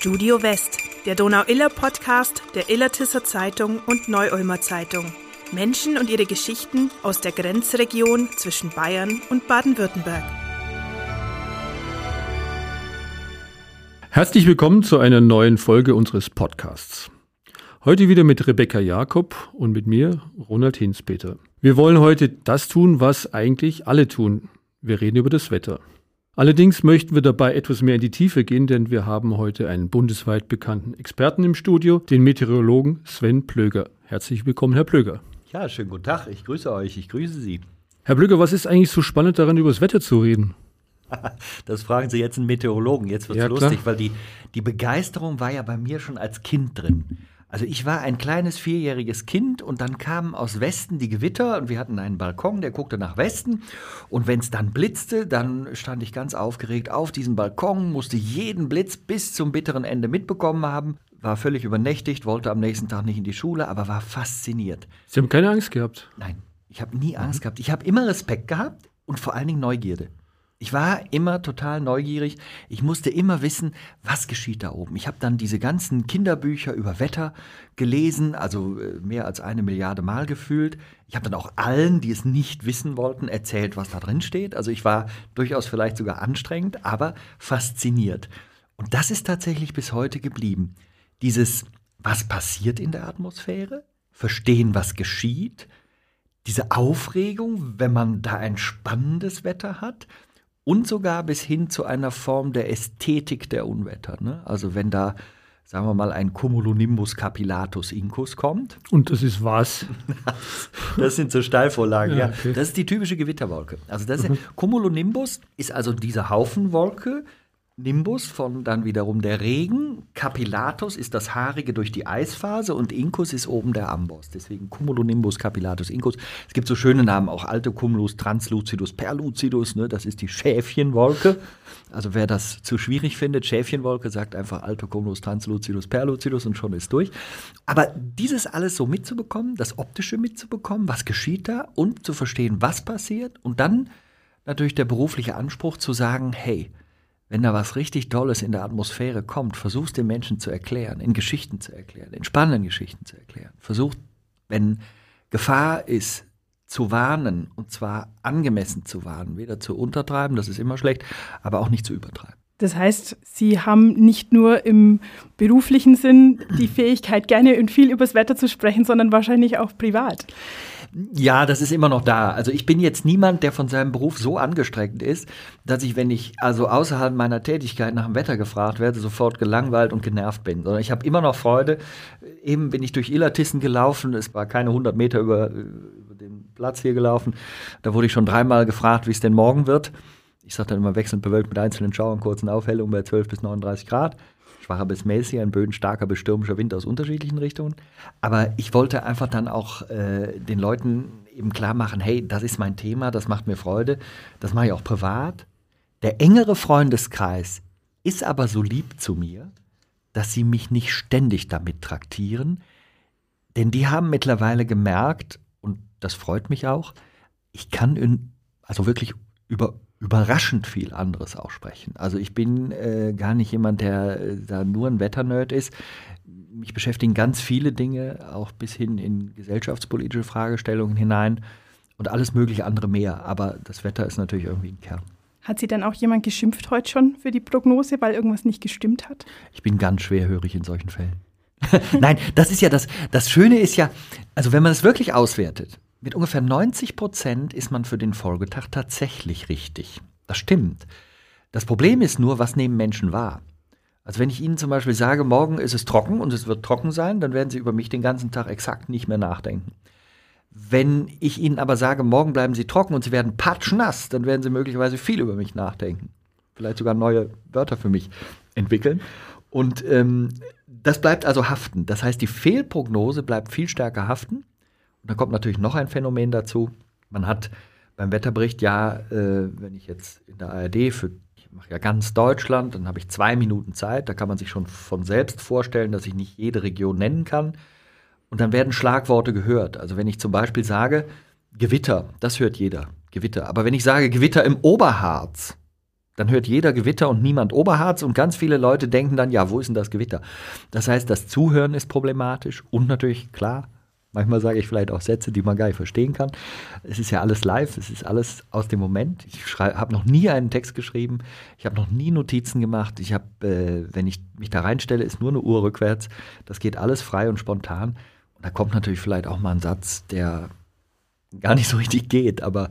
Studio West, der Donau-Iller-Podcast der Illertisser Zeitung und Neu-Ulmer Zeitung. Menschen und ihre Geschichten aus der Grenzregion zwischen Bayern und Baden-Württemberg. Herzlich willkommen zu einer neuen Folge unseres Podcasts. Heute wieder mit Rebecca Jakob und mit mir, Ronald Hinspeter. Wir wollen heute das tun, was eigentlich alle tun. Wir reden über das Wetter. Allerdings möchten wir dabei etwas mehr in die Tiefe gehen, denn wir haben heute einen bundesweit bekannten Experten im Studio, den Meteorologen Sven Plöger. Herzlich willkommen, Herr Plöger. Ja, schönen guten Tag. Ich grüße euch. Ich grüße Sie. Herr Plöger, was ist eigentlich so spannend daran, über das Wetter zu reden? Das fragen Sie jetzt einen Meteorologen. Jetzt wird es lustig, weil die Begeisterung war ja bei mir schon als Kind drin. Also ich war ein kleines 4-jähriges Kind und dann kamen aus Westen die Gewitter und wir hatten einen Balkon, der guckte nach Westen und wenn es dann blitzte, dann stand ich ganz aufgeregt auf diesem Balkon, musste jeden Blitz bis zum bitteren Ende mitbekommen haben, war völlig übernächtigt, wollte am nächsten Tag nicht in die Schule, aber war fasziniert. Sie haben keine Angst gehabt? Nein, ich habe nie Angst gehabt. Ich habe immer Respekt gehabt und vor allen Dingen Neugierde. Ich war immer total neugierig. Ich musste immer wissen, was geschieht da oben. Ich habe dann diese ganzen Kinderbücher über Wetter gelesen, also mehr als 1 Milliarde Mal gefühlt. Ich habe dann auch allen, die es nicht wissen wollten, erzählt, was da drin steht. Also ich war durchaus vielleicht sogar anstrengend, aber fasziniert. Und das ist tatsächlich bis heute geblieben. Dieses, was passiert in der Atmosphäre, verstehen, was geschieht, diese Aufregung, wenn man da ein spannendes Wetter hat. Und sogar bis hin zu einer Form der Ästhetik der Unwetter. Ne? Also wenn da, sagen wir mal, ein Cumulonimbus capillatus incus kommt. Und das ist was? Das sind so Steilvorlagen, ja. Okay. Das ist die typische Gewitterwolke. Also das Cumulonimbus ist also diese Haufenwolke. Nimbus von dann wiederum der Regen, Capillatus ist das Haarige durch die Eisphase und Incus ist oben der Amboss. Deswegen Cumulonimbus capillatus incus. Es gibt so schöne Namen, auch Altocumulus translucidus perlucidus, ne? Das ist die Schäfchenwolke. Also wer das zu schwierig findet, Schäfchenwolke, sagt einfach Altocumulus translucidus perlucidus und schon ist durch. Aber dieses alles so mitzubekommen, das Optische mitzubekommen, was geschieht da und zu verstehen, was passiert und dann natürlich der berufliche Anspruch zu sagen, hey, wenn da was richtig Tolles in der Atmosphäre kommt, versuch's den Menschen zu erklären, in Geschichten zu erklären, in spannenden Geschichten zu erklären. Versucht, wenn Gefahr ist, zu warnen, und zwar angemessen zu warnen. Weder zu untertreiben, das ist immer schlecht, aber auch nicht zu übertreiben. Das heißt, Sie haben nicht nur im beruflichen Sinn die Fähigkeit, gerne und viel übers Wetter zu sprechen, sondern wahrscheinlich auch privat. Ja, das ist immer noch da. Also ich bin jetzt niemand, der von seinem Beruf so angestrengt ist, dass ich, wenn ich also außerhalb meiner Tätigkeit nach dem Wetter gefragt werde, sofort gelangweilt und genervt bin. Sondern ich habe immer noch Freude. Eben bin ich durch Illertissen gelaufen. Es war keine 100 Meter über den Platz hier gelaufen. Da wurde ich schon 3-mal gefragt, wie es denn morgen wird. Ich sage dann immer wechselnd bewölkt mit einzelnen Schauern, kurzen Aufhellungen bei 12 bis 39 Grad. Schwacher bis mäßig, ein Böen starker bis stürmischer Wind aus unterschiedlichen Richtungen. Aber ich wollte einfach dann auch den Leuten eben klar machen, hey, das ist mein Thema, das macht mir Freude, das mache ich auch privat. Der engere Freundeskreis ist aber so lieb zu mir, dass sie mich nicht ständig damit traktieren, denn die haben mittlerweile gemerkt, und das freut mich auch, ich kann also wirklich überraschend viel anderes auch sprechen. Also ich bin gar nicht jemand, der da nur ein Wetternerd ist. Mich beschäftigen ganz viele Dinge, auch bis hin in gesellschaftspolitische Fragestellungen hinein und alles mögliche andere mehr. Aber das Wetter ist natürlich irgendwie ein Kern. Hat Sie dann auch jemand geschimpft heute schon für die Prognose, weil irgendwas nicht gestimmt hat? Ich bin ganz schwerhörig in solchen Fällen. Nein, das ist ja das Schöne ist ja, also wenn man es wirklich auswertet, mit ungefähr 90% ist man für den Folgetag tatsächlich richtig. Das stimmt. Das Problem ist nur, was nehmen Menschen wahr? Also wenn ich Ihnen zum Beispiel sage, morgen ist es trocken und es wird trocken sein, dann werden Sie über mich den ganzen Tag exakt nicht mehr nachdenken. Wenn ich Ihnen aber sage, morgen bleiben Sie trocken und Sie werden patschnass, dann werden Sie möglicherweise viel über mich nachdenken. Vielleicht sogar neue Wörter für mich entwickeln. Und das bleibt also haften. Das heißt, die Fehlprognose bleibt viel stärker haften. Und dann kommt natürlich noch ein Phänomen dazu. Man hat beim Wetterbericht, wenn ich jetzt in der ARD, ich mache ja ganz Deutschland, dann habe ich 2 Minuten Zeit. Da kann man sich schon von selbst vorstellen, dass ich nicht jede Region nennen kann. Und dann werden Schlagworte gehört. Also wenn ich zum Beispiel sage, Gewitter, das hört jeder, Gewitter. Aber wenn ich sage Gewitter im Oberharz, Dann hört jeder Gewitter und niemand Oberharz und ganz viele Leute denken dann, ja, wo ist denn das Gewitter? Das heißt, das Zuhören ist problematisch und natürlich, klar, manchmal sage ich vielleicht auch Sätze, die man gar nicht verstehen kann. Es ist ja alles live, es ist alles aus dem Moment. Ich habe noch nie einen Text geschrieben, ich habe noch nie Notizen gemacht. Ich habe, wenn ich mich da reinstelle, ist nur eine Uhr rückwärts. Das geht alles frei und spontan. Und da kommt natürlich vielleicht auch mal ein Satz, der gar nicht so richtig geht, aber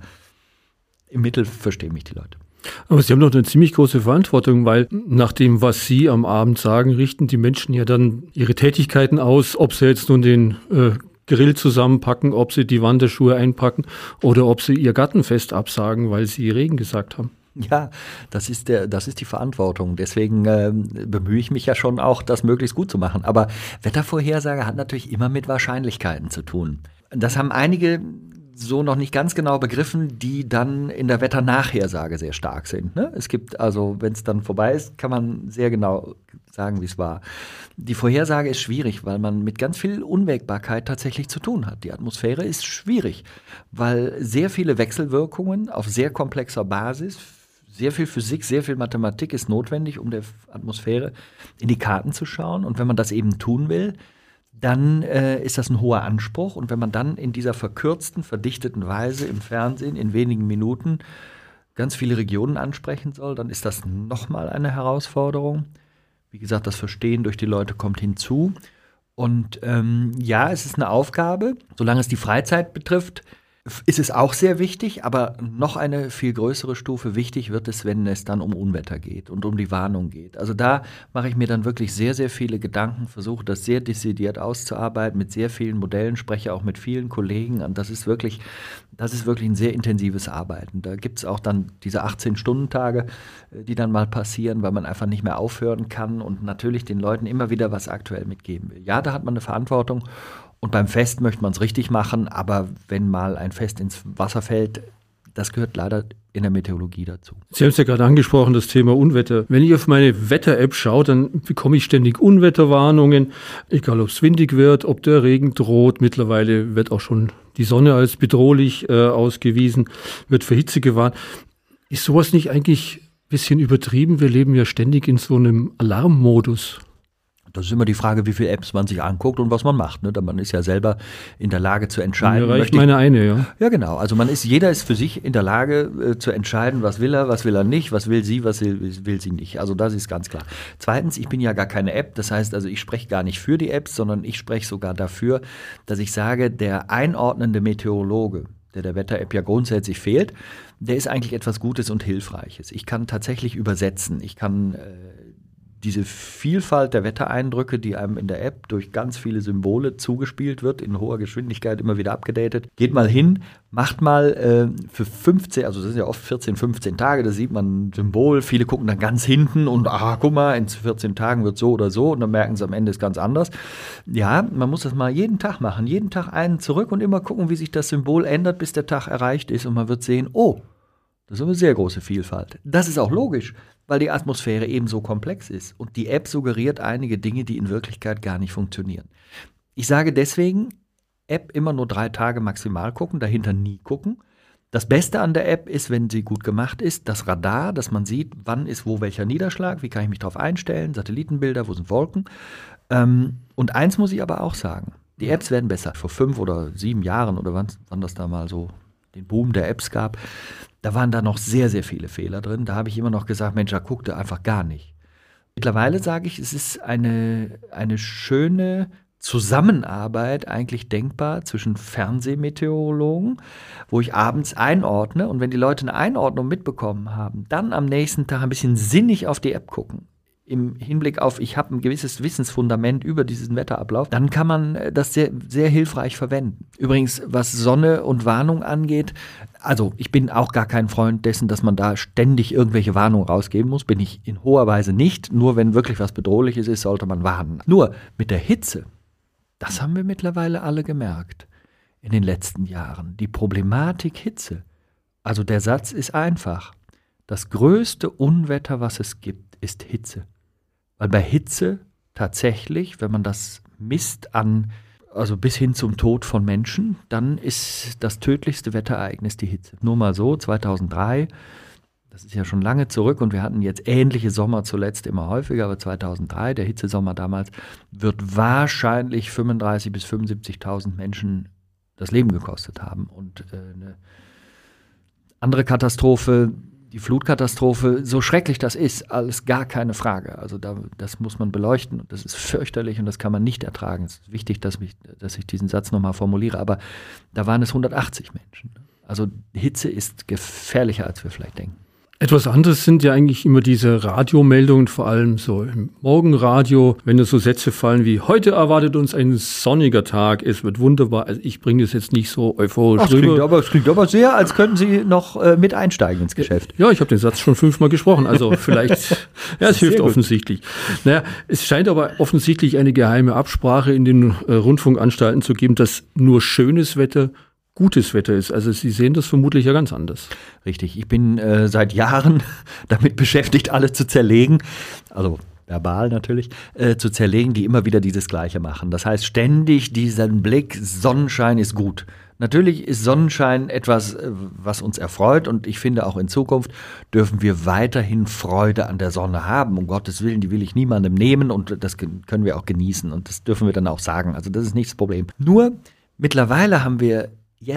im Mittel verstehen mich die Leute. Aber Sie haben doch eine ziemlich große Verantwortung, weil nach dem, was Sie am Abend sagen, richten die Menschen ja dann ihre Tätigkeiten aus, ob sie jetzt nun den Grill zusammenpacken, ob sie die Wanderschuhe einpacken oder ob sie ihr Gartenfest absagen, weil sie Regen gesagt haben. Ja, das ist die Verantwortung. Deswegen bemühe ich mich ja schon auch, das möglichst gut zu machen. Aber Wettervorhersage hat natürlich immer mit Wahrscheinlichkeiten zu tun. Das haben einige so noch nicht ganz genau begriffen, die dann in der Wetternachhersage sehr stark sind. Ne? Es gibt also, wenn es dann vorbei ist, kann man sehr genau sagen, wie es war. Die Vorhersage ist schwierig, weil man mit ganz viel Unwägbarkeit tatsächlich zu tun hat. Die Atmosphäre ist schwierig, weil sehr viele Wechselwirkungen auf sehr komplexer Basis, sehr viel Physik, sehr viel Mathematik ist notwendig, um der Atmosphäre in die Karten zu schauen. Und wenn man das eben tun will, dann ist das ein hoher Anspruch. Und wenn man dann in dieser verkürzten, verdichteten Weise im Fernsehen in wenigen Minuten ganz viele Regionen ansprechen soll, dann ist das nochmal eine Herausforderung. Wie gesagt, das Verstehen durch die Leute kommt hinzu. Und ja, es ist eine Aufgabe. Solange es die Freizeit betrifft, ist es auch sehr wichtig, aber noch eine viel größere Stufe wichtig wird es, wenn es dann um Unwetter geht und um die Warnung geht. Also da mache ich mir dann wirklich sehr, sehr viele Gedanken, versuche das sehr dezidiert auszuarbeiten, mit sehr vielen Modellen, spreche auch mit vielen Kollegen. Und das ist wirklich ein sehr intensives Arbeiten. Da gibt es auch dann diese 18-Stunden-Tage, die dann mal passieren, weil man einfach nicht mehr aufhören kann und natürlich den Leuten immer wieder was aktuell mitgeben will. Ja, da hat man eine Verantwortung. Und beim Fest möchte man es richtig machen, aber wenn mal ein Fest ins Wasser fällt, das gehört leider in der Meteorologie dazu. Sie haben es ja gerade angesprochen, das Thema Unwetter. Wenn ich auf meine Wetter-App schaue, dann bekomme ich ständig Unwetterwarnungen, egal ob es windig wird, ob der Regen droht. Mittlerweile wird auch schon die Sonne als bedrohlich ausgewiesen, wird für Hitze gewarnt. Ist sowas nicht eigentlich ein bisschen übertrieben? Wir leben ja ständig in so einem Alarmmodus. Das ist immer die Frage, wie viele Apps man sich anguckt und was man macht. Ne? Man ist ja selber in der Lage zu entscheiden. Mir reicht meine eine, ja. Ja, genau. Also jeder ist für sich in der Lage zu entscheiden, was will er nicht, was will sie, was will sie nicht. Also das ist ganz klar. Zweitens, ich bin ja gar keine App. Das heißt also, ich spreche gar nicht für die Apps, sondern ich spreche sogar dafür, dass ich sage, der einordnende Meteorologe, der Wetter-App ja grundsätzlich fehlt, der ist eigentlich etwas Gutes und Hilfreiches. Ich kann tatsächlich übersetzen. Ich kann diese Vielfalt der Wettereindrücke, die einem in der App durch ganz viele Symbole zugespielt wird, in hoher Geschwindigkeit immer wieder abgedatet. Geht mal hin, macht mal für 15, also das sind ja oft 14, 15 Tage, da sieht man ein Symbol, viele gucken dann ganz hinten und guck mal, in 14 Tagen wird so oder so und dann merken sie am Ende ist ganz anders. Ja, man muss das mal jeden Tag machen, jeden Tag einen zurück und immer gucken, wie sich das Symbol ändert, bis der Tag erreicht ist und man wird sehen, oh, das ist eine sehr große Vielfalt. Das ist auch logisch, weil die Atmosphäre eben so komplex ist. Und die App suggeriert einige Dinge, die in Wirklichkeit gar nicht funktionieren. Ich sage deswegen, App immer nur 3 Tage maximal gucken, dahinter nie gucken. Das Beste an der App ist, wenn sie gut gemacht ist, das Radar, dass man sieht, wann ist wo welcher Niederschlag, wie kann ich mich darauf einstellen, Satellitenbilder, wo sind Wolken. Und eins muss ich aber auch sagen, die Apps werden besser. Vor 5 oder 7 Jahren oder wann das da mal so den Boom der Apps gab, da waren da noch sehr, sehr viele Fehler drin. Da habe ich immer noch gesagt, Mensch, da guckt ihr einfach gar nicht. Mittlerweile sage ich, es ist eine schöne Zusammenarbeit eigentlich denkbar zwischen Fernsehmeteorologen, wo ich abends einordne und wenn die Leute eine Einordnung mitbekommen haben, dann am nächsten Tag ein bisschen sinnig auf die App gucken. Im Hinblick auf, ich habe ein gewisses Wissensfundament über diesen Wetterablauf, dann kann man das sehr, sehr hilfreich verwenden. Übrigens, was Sonne und Warnung angeht, also ich bin auch gar kein Freund dessen, dass man da ständig irgendwelche Warnungen rausgeben muss, bin ich in hoher Weise nicht. Nur wenn wirklich was Bedrohliches ist, sollte man warnen. Nur mit der Hitze, das haben wir mittlerweile alle gemerkt in den letzten Jahren. Die Problematik Hitze, also der Satz ist einfach. Das größte Unwetter, was es gibt, ist Hitze. Weil bei Hitze tatsächlich, wenn man das misst also bis hin zum Tod von Menschen, dann ist das tödlichste Wetterereignis die Hitze. Nur mal so, 2003, Das ist ja schon lange zurück und wir hatten jetzt ähnliche Sommer zuletzt immer häufiger, aber 2003, der Hitzesommer damals, wird wahrscheinlich 35.000 bis 75.000 Menschen das Leben gekostet haben. Und eine andere Katastrophe, die Flutkatastrophe, so schrecklich das ist, alles gar keine Frage. Also das muss man beleuchten und das ist fürchterlich und das kann man nicht ertragen. Es ist wichtig, dass ich diesen Satz nochmal formuliere, aber da waren es 180 Menschen. Also Hitze ist gefährlicher, als wir vielleicht denken. Etwas anderes sind ja eigentlich immer diese Radiomeldungen, vor allem so im Morgenradio, wenn da so Sätze fallen wie: Heute erwartet uns ein sonniger Tag, es wird wunderbar. Also ich bringe das jetzt nicht so euphorisch rüber. Es klingt aber sehr, als könnten Sie noch mit einsteigen ins Geschäft. Ja, ich habe den Satz schon 5-mal gesprochen, also vielleicht, ja, es hilft offensichtlich. Naja, es scheint aber offensichtlich eine geheime Absprache in den Rundfunkanstalten zu geben, dass nur schönes Wetter gutes Wetter ist. Also Sie sehen das vermutlich ja ganz anders. Richtig, ich bin seit Jahren damit beschäftigt, alle zu zerlegen, also verbal natürlich, zu zerlegen, die immer wieder dieses Gleiche machen. Das heißt, ständig diesen Blick, Sonnenschein ist gut. Natürlich ist Sonnenschein etwas, was uns erfreut und ich finde auch in Zukunft dürfen wir weiterhin Freude an der Sonne haben. Um Gottes Willen, die will ich niemandem nehmen und das können wir auch genießen und das dürfen wir dann auch sagen. Also das ist nicht das Problem. Nur mittlerweile haben wir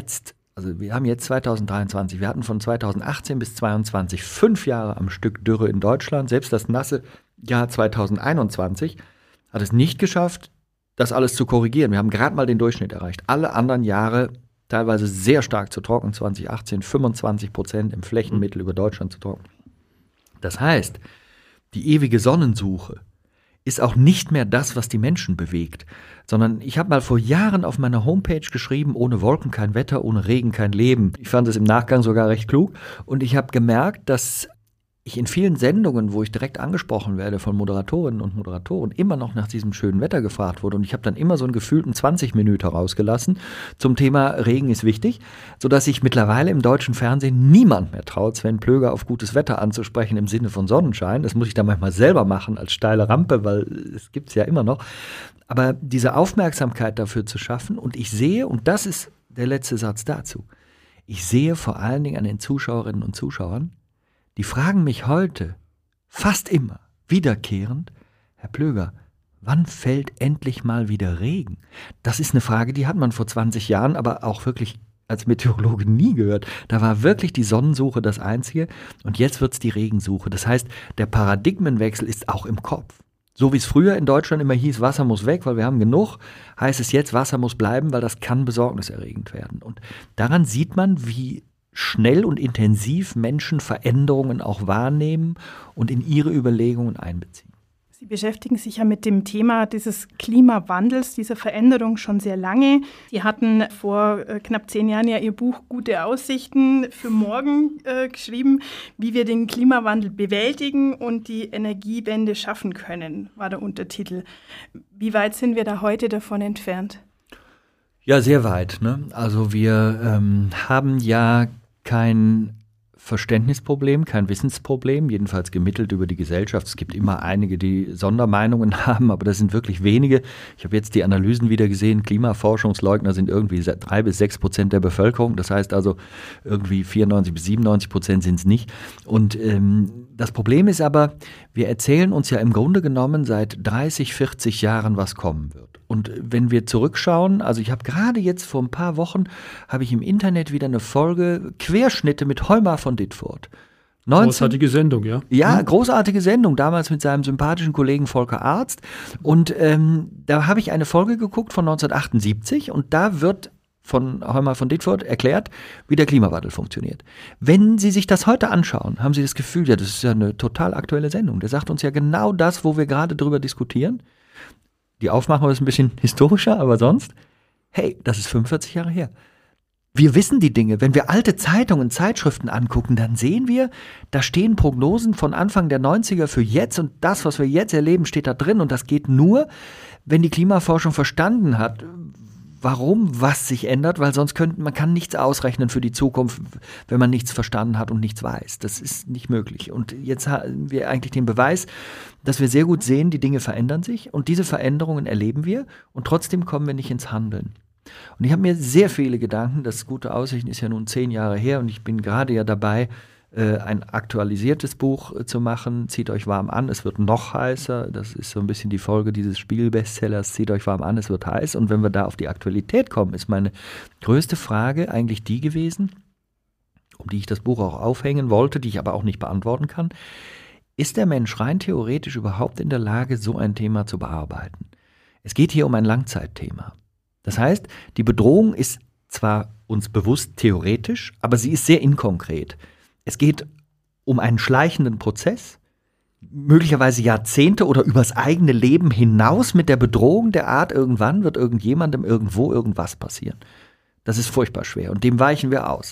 wir haben jetzt 2023, wir hatten von 2018 bis 2022 5 Jahre am Stück Dürre in Deutschland. Selbst das nasse Jahr 2021 hat es nicht geschafft, das alles zu korrigieren. Wir haben gerade mal den Durchschnitt erreicht. Alle anderen Jahre teilweise sehr stark zu trocken. 2018 25% im Flächenmittel über Deutschland zu trocken. Das heißt, die ewige Sonnensuche ist auch nicht mehr das, was die Menschen bewegt, sondern ich habe mal vor Jahren auf meiner Homepage geschrieben, ohne Wolken kein Wetter, ohne Regen kein Leben. Ich fand es im Nachgang sogar recht klug und ich habe gemerkt, dass ich in vielen Sendungen, wo ich direkt angesprochen werde von Moderatorinnen und Moderatoren, immer noch nach diesem schönen Wetter gefragt wurde und ich habe dann immer so einen gefühlten 20 Minuten rausgelassen zum Thema Regen ist wichtig, sodass sich mittlerweile im deutschen Fernsehen niemand mehr traut, Sven Plöger auf gutes Wetter anzusprechen im Sinne von Sonnenschein. Das muss ich dann manchmal selber machen als steile Rampe, weil es gibt es ja immer noch. Aber diese Aufmerksamkeit dafür zu schaffen und ich sehe, und das ist der letzte Satz dazu, ich sehe vor allen Dingen an den Zuschauerinnen und Zuschauern, die fragen mich heute fast immer wiederkehrend: Herr Plöger, wann fällt endlich mal wieder Regen? Das ist eine Frage, die hat man vor 20 Jahren aber auch wirklich als Meteorologe nie gehört. Da war wirklich die Sonnensuche das Einzige und jetzt wird's die Regensuche. Das heißt, der Paradigmenwechsel ist auch im Kopf. So wie es früher in Deutschland immer hieß, Wasser muss weg, weil wir haben genug, heißt es jetzt, Wasser muss bleiben, weil das kann besorgniserregend werden. Und daran sieht man, wie schnell und intensiv Menschen Veränderungen auch wahrnehmen und in ihre Überlegungen einbeziehen. Sie beschäftigen sich ja mit dem Thema dieses Klimawandels, dieser Veränderung schon sehr lange. Sie hatten vor knapp 10 Jahren ja Ihr Buch Gute Aussichten für morgen geschrieben, wie wir den Klimawandel bewältigen und die Energiewende schaffen können, war der Untertitel. Wie weit sind wir da heute davon entfernt? Ja, sehr weit, ne? Also wir haben ja kein Verständnisproblem, kein Wissensproblem, jedenfalls gemittelt über die Gesellschaft. Es gibt immer einige, die Sondermeinungen haben, aber das sind wirklich wenige. Ich habe jetzt die Analysen wieder gesehen, Klimaforschungsleugner sind irgendwie 3-6% der Bevölkerung. Das heißt also irgendwie 94-97% sind es nicht. Und das Problem ist aber, wir erzählen uns ja im Grunde genommen seit 30, 40 Jahren, was kommen wird. Und wenn wir zurückschauen, also ich habe gerade jetzt vor ein paar Wochen, habe ich im Internet wieder eine Folge Querschnitte mit Heumar von Ditfurth. Großartige Sendung, ja. Ja, großartige Sendung, damals mit seinem sympathischen Kollegen Volker Arzt. Und da habe ich eine Folge geguckt von 1978 und da wird von Heumar von Ditfurth erklärt, wie der Klimawandel funktioniert. Wenn Sie sich das heute anschauen, haben Sie das Gefühl, ja, das ist ja eine total aktuelle Sendung. Der sagt uns ja genau das, wo wir gerade drüber diskutieren. Die Aufmachung ist ein bisschen historischer, aber sonst, hey, das ist 45 Jahre her. Wir wissen die Dinge. Wenn wir alte Zeitungen, Zeitschriften angucken, dann sehen wir, da stehen Prognosen von Anfang der 90er für jetzt und das, was wir jetzt erleben, steht da drin. Und das geht nur, wenn die Klimaforschung verstanden hat, warum was sich ändert, weil sonst man kann nichts ausrechnen für die Zukunft, wenn man nichts verstanden hat und nichts weiß. Das ist nicht möglich. Und jetzt haben wir eigentlich den Beweis, dass wir sehr gut sehen, die Dinge verändern sich und diese Veränderungen erleben wir und trotzdem kommen wir nicht ins Handeln. Und ich habe mir sehr viele Gedanken, das Gute Aussichten ist ja nun 10 Jahre her und ich bin gerade ja dabei, ein aktualisiertes Buch zu machen. Zieht euch warm an, es wird noch heißer. Das ist so ein bisschen die Folge dieses Spiegel-Bestsellers. Zieht euch warm an, es wird heiß. Und wenn wir da auf die Aktualität kommen, ist meine größte Frage eigentlich die gewesen, um die ich das Buch auch aufhängen wollte, die ich aber auch nicht beantworten kann. Ist der Mensch rein theoretisch überhaupt in der Lage, so ein Thema zu bearbeiten? Es geht hier um ein Langzeitthema. Das heißt, die Bedrohung ist zwar uns bewusst theoretisch, aber sie ist sehr inkonkret. Es geht um einen schleichenden Prozess, möglicherweise Jahrzehnte oder übers eigene Leben hinaus mit der Bedrohung der Art, irgendwann wird irgendjemandem irgendwo irgendwas passieren. Das ist furchtbar schwer und dem weichen wir aus.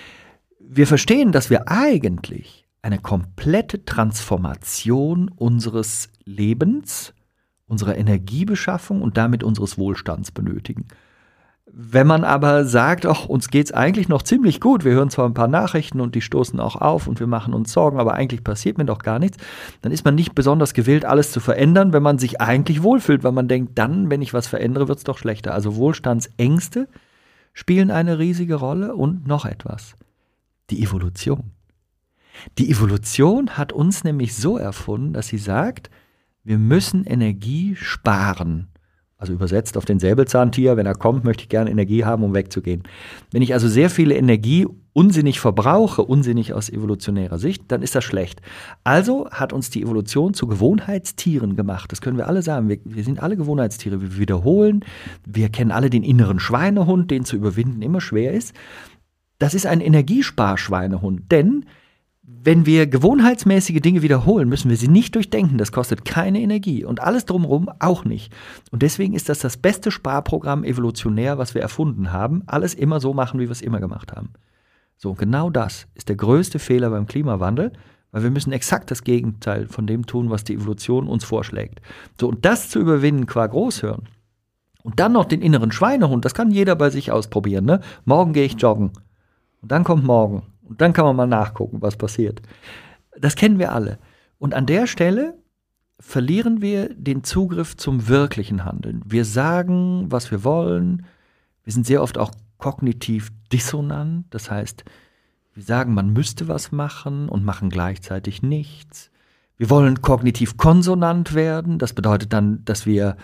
Wir verstehen, dass wir eigentlich eine komplette Transformation unseres Lebens, unserer Energiebeschaffung und damit unseres Wohlstands benötigen. Wenn man aber sagt, ach, uns geht's eigentlich noch ziemlich gut, wir hören zwar ein paar Nachrichten und die stoßen auch auf und wir machen uns Sorgen, aber eigentlich passiert mir doch gar nichts, dann ist man nicht besonders gewillt, alles zu verändern, wenn man sich eigentlich wohlfühlt, weil man denkt, dann, wenn ich was verändere, wird's doch schlechter. Also Wohlstandsängste spielen eine riesige Rolle und noch etwas. Die Evolution. Die Evolution hat uns nämlich so erfunden, dass sie sagt, wir müssen Energie sparen. Also übersetzt auf den Säbelzahntiger, wenn er kommt, möchte ich gerne Energie haben, um wegzugehen. Wenn ich also sehr viele Energie unsinnig verbrauche, unsinnig aus evolutionärer Sicht, dann ist das schlecht. Also hat uns die Evolution zu Gewohnheitstieren gemacht. Das können wir alle sagen. Wir sind alle Gewohnheitstiere. Wir wiederholen. Wir kennen alle den inneren Schweinehund, den zu überwinden immer schwer ist. Das ist ein Energiesparschweinehund, denn wenn wir gewohnheitsmäßige Dinge wiederholen, müssen wir sie nicht durchdenken. Das kostet keine Energie und alles drumherum auch nicht. Und deswegen ist das beste Sparprogramm evolutionär, was wir erfunden haben. Alles immer so machen, wie wir es immer gemacht haben. So, genau das ist der größte Fehler beim Klimawandel, weil wir müssen exakt das Gegenteil von dem tun, was die Evolution uns vorschlägt. So, und das zu überwinden qua Großhirn und dann noch den inneren Schweinehund, das kann jeder bei sich ausprobieren. Ne? Morgen gehe ich joggen und dann kommt morgen. Und dann kann man mal nachgucken, was passiert. Das kennen wir alle. Und an der Stelle verlieren wir den Zugriff zum wirklichen Handeln. Wir sagen, was wir wollen. Wir sind sehr oft auch kognitiv dissonant. Das heißt, wir sagen, man müsste was machen und machen gleichzeitig nichts. Wir wollen kognitiv konsonant werden. Das bedeutet dann, dass wir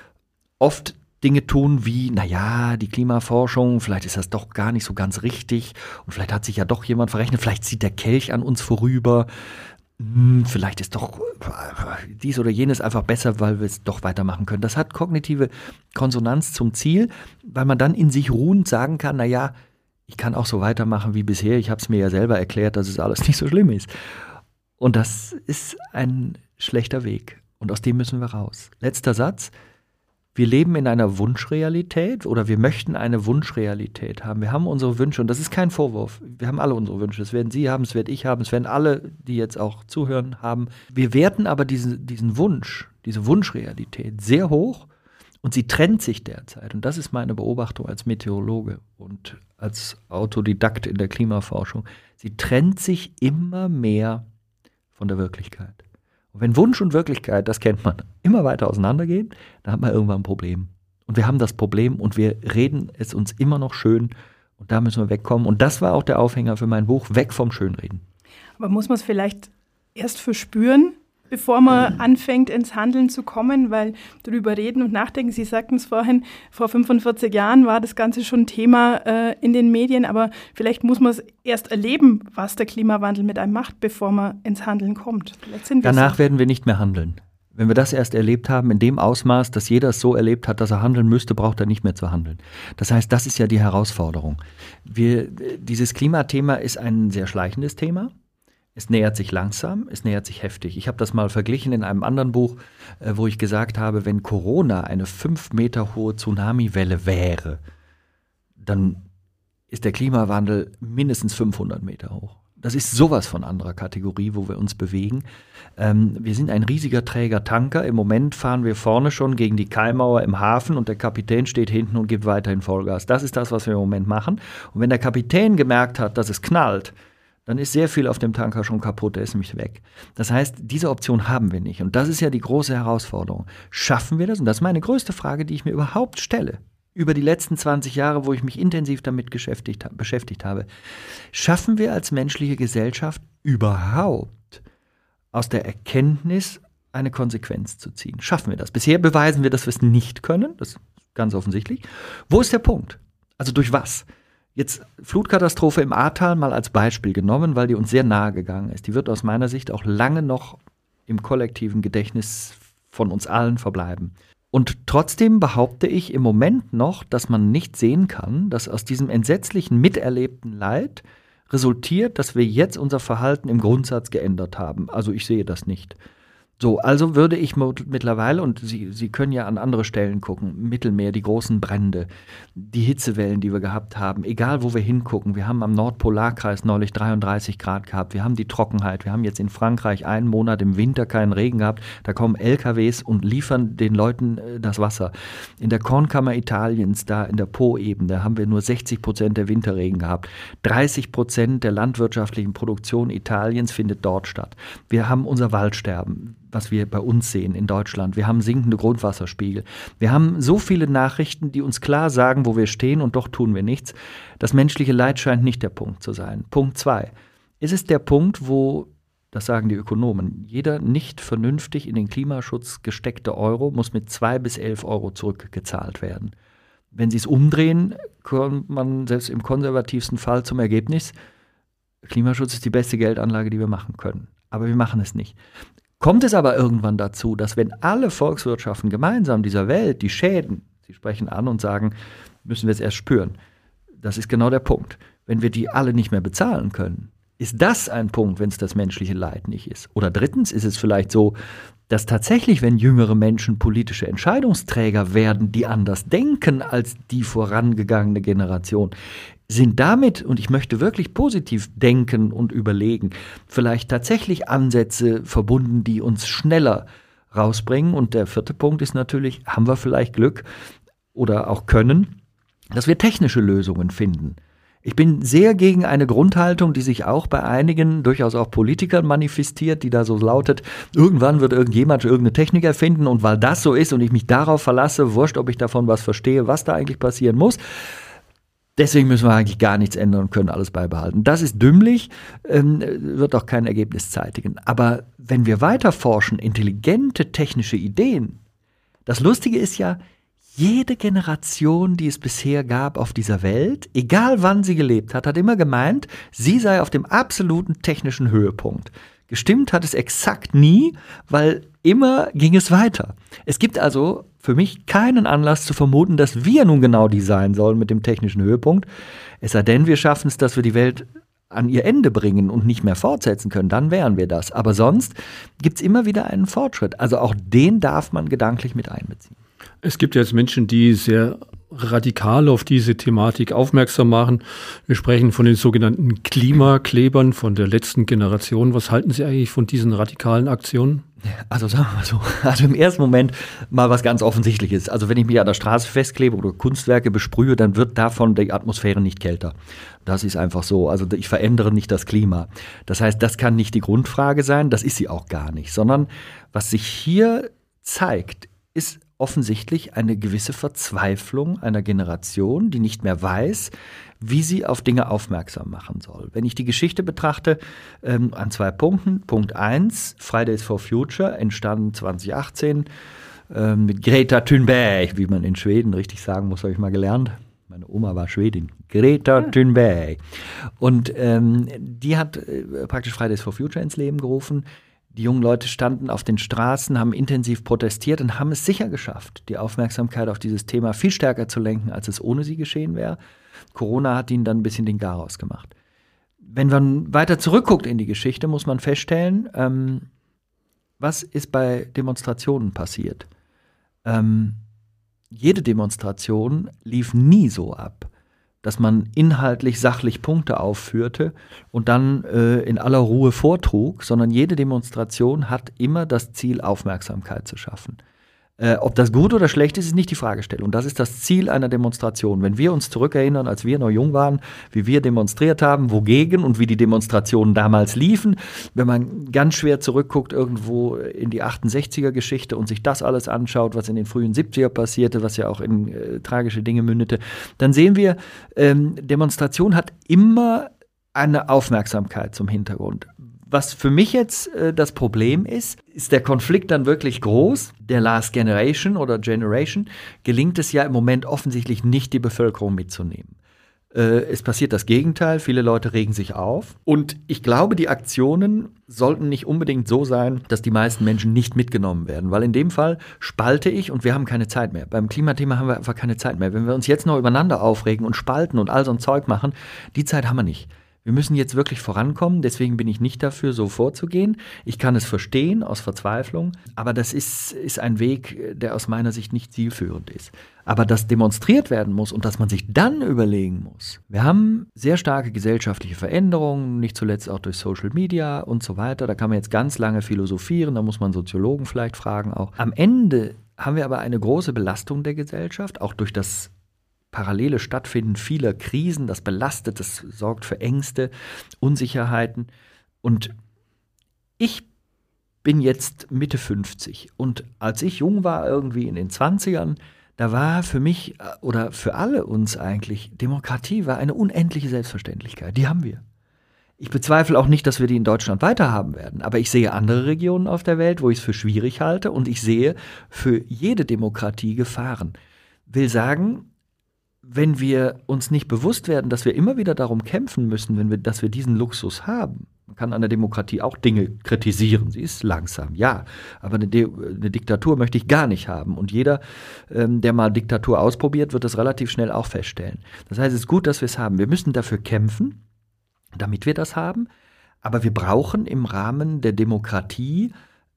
oft Dinge tun wie, naja, die Klimaforschung, vielleicht ist das doch gar nicht so ganz richtig und vielleicht hat sich ja doch jemand verrechnet, vielleicht zieht der Kelch an uns vorüber, vielleicht ist doch dies oder jenes einfach besser, weil wir es doch weitermachen können. Das hat kognitive Konsonanz zum Ziel, weil man dann in sich ruhend sagen kann, naja, ich kann auch so weitermachen wie bisher, ich habe es mir ja selber erklärt, dass es alles nicht so schlimm ist. Und das ist ein schlechter Weg und aus dem müssen wir raus. Letzter Satz. Wir leben in einer Wunschrealität oder wir möchten eine Wunschrealität haben. Wir haben unsere Wünsche und das ist kein Vorwurf. Wir haben alle unsere Wünsche. Das werden Sie haben, das werde ich haben, das werden alle, die jetzt auch zuhören, haben. Wir werten aber diesen Wunsch, diese Wunschrealität sehr hoch und sie trennt sich derzeit. Und das ist meine Beobachtung als Meteorologe und als Autodidakt in der Klimaforschung. Sie trennt sich immer mehr von der Wirklichkeit. Und wenn Wunsch und Wirklichkeit, das kennt man, immer weiter auseinandergehen, dann hat man irgendwann ein Problem. Und wir haben das Problem und wir reden es uns immer noch schön und da müssen wir wegkommen. Und das war auch der Aufhänger für mein Buch, weg vom Schönreden. Aber muss man es vielleicht erst verspüren, bevor man anfängt, ins Handeln zu kommen, weil drüber reden und nachdenken, Sie sagten es vorhin, vor 45 Jahren war das Ganze schon Thema in den Medien, aber vielleicht muss man es erst erleben, was der Klimawandel mit einem macht, bevor man ins Handeln kommt. Danach werden wir nicht mehr handeln. Wenn wir das erst erlebt haben, in dem Ausmaß, dass jeder es so erlebt hat, dass er handeln müsste, braucht er nicht mehr zu handeln. Das heißt, das ist ja die Herausforderung. Dieses Klimathema ist ein sehr schleichendes Thema. Es nähert sich langsam, es nähert sich heftig. Ich habe das mal verglichen in einem anderen Buch, wo ich gesagt habe, wenn Corona eine 5 Meter hohe Tsunamiwelle wäre, dann ist der Klimawandel mindestens 500 Meter hoch. Das ist sowas von anderer Kategorie, wo wir uns bewegen. Wir sind ein riesiger träger Tanker. Im Moment fahren wir vorne schon gegen die Kaimauer im Hafen und der Kapitän steht hinten und gibt weiterhin Vollgas. Das ist das, was wir im Moment machen. Und wenn der Kapitän gemerkt hat, dass es knallt, dann ist sehr viel auf dem Tanker schon kaputt, der ist nämlich weg. Das heißt, diese Option haben wir nicht. Und das ist ja die große Herausforderung. Schaffen wir das? Und das ist meine größte Frage, die ich mir überhaupt stelle. über die letzten 20 Jahre, wo ich mich intensiv damit beschäftigt habe, schaffen wir als menschliche Gesellschaft überhaupt aus der Erkenntnis eine Konsequenz zu ziehen? Schaffen wir das? Bisher beweisen wir, dass wir es nicht können, das ist ganz offensichtlich. Wo ist der Punkt? Also durch was? Jetzt Flutkatastrophe im Ahrtal mal als Beispiel genommen, weil die uns sehr nahe gegangen ist. Die wird aus meiner Sicht auch lange noch im kollektiven Gedächtnis von uns allen verbleiben. Und trotzdem behaupte ich im Moment noch, dass man nicht sehen kann, dass aus diesem entsetzlichen miterlebten Leid resultiert, dass wir jetzt unser Verhalten im Grundsatz geändert haben. Also ich sehe das nicht. So, also würde ich mittlerweile, und Sie können ja an andere Stellen gucken, Mittelmeer, die großen Brände, die Hitzewellen, die wir gehabt haben, egal wo wir hingucken, wir haben am Nordpolarkreis neulich 33 Grad gehabt, wir haben die Trockenheit, wir haben jetzt in Frankreich einen Monat im Winter keinen Regen gehabt, da kommen LKWs und liefern den Leuten das Wasser. In der Kornkammer Italiens, da in der Po-Ebene, haben wir nur 60% der Winterregen gehabt. 30% der landwirtschaftlichen Produktion Italiens findet dort statt. Wir haben unser Waldsterben, was wir bei uns sehen in Deutschland. Wir haben sinkende Grundwasserspiegel. Wir haben so viele Nachrichten, die uns klar sagen, wo wir stehen, und doch tun wir nichts. Das menschliche Leid scheint nicht der Punkt zu sein. Punkt 2. Ist es der Punkt, wo, das sagen die Ökonomen, jeder nicht vernünftig in den Klimaschutz gesteckte Euro muss mit 2 bis 11 Euro zurückgezahlt werden. Wenn Sie es umdrehen, kommt man selbst im konservativsten Fall zum Ergebnis, Klimaschutz ist die beste Geldanlage, die wir machen können. Aber wir machen es nicht. Kommt es aber irgendwann dazu, dass wenn alle Volkswirtschaften gemeinsam dieser Welt die Schäden, Sie sprechen an und sagen, müssen wir es erst spüren. Das ist genau der Punkt. Wenn wir die alle nicht mehr bezahlen können, ist das ein Punkt, wenn es das menschliche Leid nicht ist. Oder drittens ist es vielleicht so, dass tatsächlich, wenn jüngere Menschen politische Entscheidungsträger werden, die anders denken als die vorangegangene Generation, sind damit, und ich möchte wirklich positiv denken und überlegen, vielleicht tatsächlich Ansätze verbunden, die uns schneller rausbringen. Und der 4. Punkt ist natürlich, haben wir vielleicht Glück oder auch können, dass wir technische Lösungen finden. Ich bin sehr gegen eine Grundhaltung, die sich auch bei einigen, durchaus auch Politikern manifestiert, die da so lautet, irgendwann wird irgendjemand irgendeine Technik erfinden, und weil das so ist und ich mich darauf verlasse, wurscht, ob ich davon was verstehe, was da eigentlich passieren muss, deswegen müssen wir eigentlich gar nichts ändern und können alles beibehalten. Das ist dümmlich, wird auch kein Ergebnis zeitigen. Aber wenn wir weiter forschen, intelligente technische Ideen, das Lustige ist ja, jede Generation, die es bisher gab auf dieser Welt, egal wann sie gelebt hat, hat immer gemeint, sie sei auf dem absoluten technischen Höhepunkt. Gestimmt hat es exakt nie, weil immer ging es weiter. Es gibt also für mich keinen Anlass zu vermuten, dass wir nun genau die sein sollen mit dem technischen Höhepunkt. Es sei denn, wir schaffen es, dass wir die Welt an ihr Ende bringen und nicht mehr fortsetzen können, dann wären wir das. Aber sonst gibt es immer wieder einen Fortschritt. Also auch den darf man gedanklich mit einbeziehen. Es gibt jetzt Menschen, die sehr radikal auf diese Thematik aufmerksam machen. Wir sprechen von den sogenannten Klimaklebern von der letzten Generation. Was halten Sie eigentlich von diesen radikalen Aktionen? Also sagen wir mal so, also im ersten Moment mal was ganz Offensichtliches. Also wenn ich mich an der Straße festklebe oder Kunstwerke besprühe, dann wird davon die Atmosphäre nicht kälter. Das ist einfach so. Also ich verändere nicht das Klima. Das heißt, das kann nicht die Grundfrage sein, das ist sie auch gar nicht. Sondern was sich hier zeigt, ist offensichtlich eine gewisse Verzweiflung einer Generation, die nicht mehr weiß, wie sie auf Dinge aufmerksam machen soll. Wenn ich die Geschichte betrachte, an 2 Punkten. Punkt 1, Fridays for Future, entstanden 2018 mit Greta Thunberg, wie man in Schweden richtig sagen muss, habe ich mal gelernt. Meine Oma war Schwedin. Greta Thunberg. Und die hat praktisch Fridays for Future ins Leben gerufen. Die jungen Leute standen auf den Straßen, haben intensiv protestiert und haben es sicher geschafft, die Aufmerksamkeit auf dieses Thema viel stärker zu lenken, als es ohne sie geschehen wäre. Corona hat ihnen dann ein bisschen den Garaus gemacht. Wenn man weiter zurückguckt in die Geschichte, muss man feststellen, was ist bei Demonstrationen passiert. Jede Demonstration lief nie so ab, dass man inhaltlich, sachlich Punkte aufführte und dann in aller Ruhe vortrug, sondern jede Demonstration hat immer das Ziel, Aufmerksamkeit zu schaffen. Ob das gut oder schlecht ist, ist nicht die Fragestellung. Das ist das Ziel einer Demonstration. Wenn wir uns zurückerinnern, als wir noch jung waren, wie wir demonstriert haben, wogegen und wie die Demonstrationen damals liefen, wenn man ganz schwer zurückguckt irgendwo in die 68er-Geschichte und sich das alles anschaut, was in den frühen 70er passierte, was ja auch in tragische Dinge mündete, dann sehen wir, Demonstration hat immer eine Aufmerksamkeit zum Hintergrund. Was für mich jetzt das Problem ist der Konflikt dann wirklich groß? Der Last Generation oder Generation gelingt es ja im Moment offensichtlich nicht, die Bevölkerung mitzunehmen. Es passiert das Gegenteil, viele Leute regen sich auf. Und ich glaube, die Aktionen sollten nicht unbedingt so sein, dass die meisten Menschen nicht mitgenommen werden. Weil in dem Fall spalte ich und wir haben keine Zeit mehr. Beim Klimathema haben wir einfach keine Zeit mehr. Wenn wir uns jetzt noch übereinander aufregen und spalten und all so ein Zeug machen, die Zeit haben wir nicht. Wir müssen jetzt wirklich vorankommen, deswegen bin ich nicht dafür, so vorzugehen. Ich kann es verstehen aus Verzweiflung, aber das ist ein Weg, der aus meiner Sicht nicht zielführend ist. Aber dass demonstriert werden muss und dass man sich dann überlegen muss. Wir haben sehr starke gesellschaftliche Veränderungen, nicht zuletzt auch durch Social Media und so weiter. Da kann man jetzt ganz lange philosophieren, da muss man Soziologen vielleicht fragen auch. Am Ende haben wir aber eine große Belastung der Gesellschaft, auch durch das parallele Stattfinden vieler Krisen, das belastet, das sorgt für Ängste, Unsicherheiten. Und ich bin jetzt Mitte 50 und als ich jung war, irgendwie in den 20ern, da war für mich oder für alle uns eigentlich, Demokratie war eine unendliche Selbstverständlichkeit. Die haben wir. Ich bezweifle auch nicht, dass wir die in Deutschland weiterhaben werden, aber ich sehe andere Regionen auf der Welt, wo ich es für schwierig halte und ich sehe für jede Demokratie Gefahren. Will sagen, wenn wir uns nicht bewusst werden, dass wir immer wieder darum kämpfen müssen, dass wir diesen Luxus haben. Man kann an der Demokratie auch Dinge kritisieren. Sie ist langsam, ja. Aber eine Diktatur möchte ich gar nicht haben. Und jeder, der mal Diktatur ausprobiert, wird das relativ schnell auch feststellen. Das heißt, es ist gut, dass wir es haben. Wir müssen dafür kämpfen, damit wir das haben. Aber wir brauchen im Rahmen der Demokratie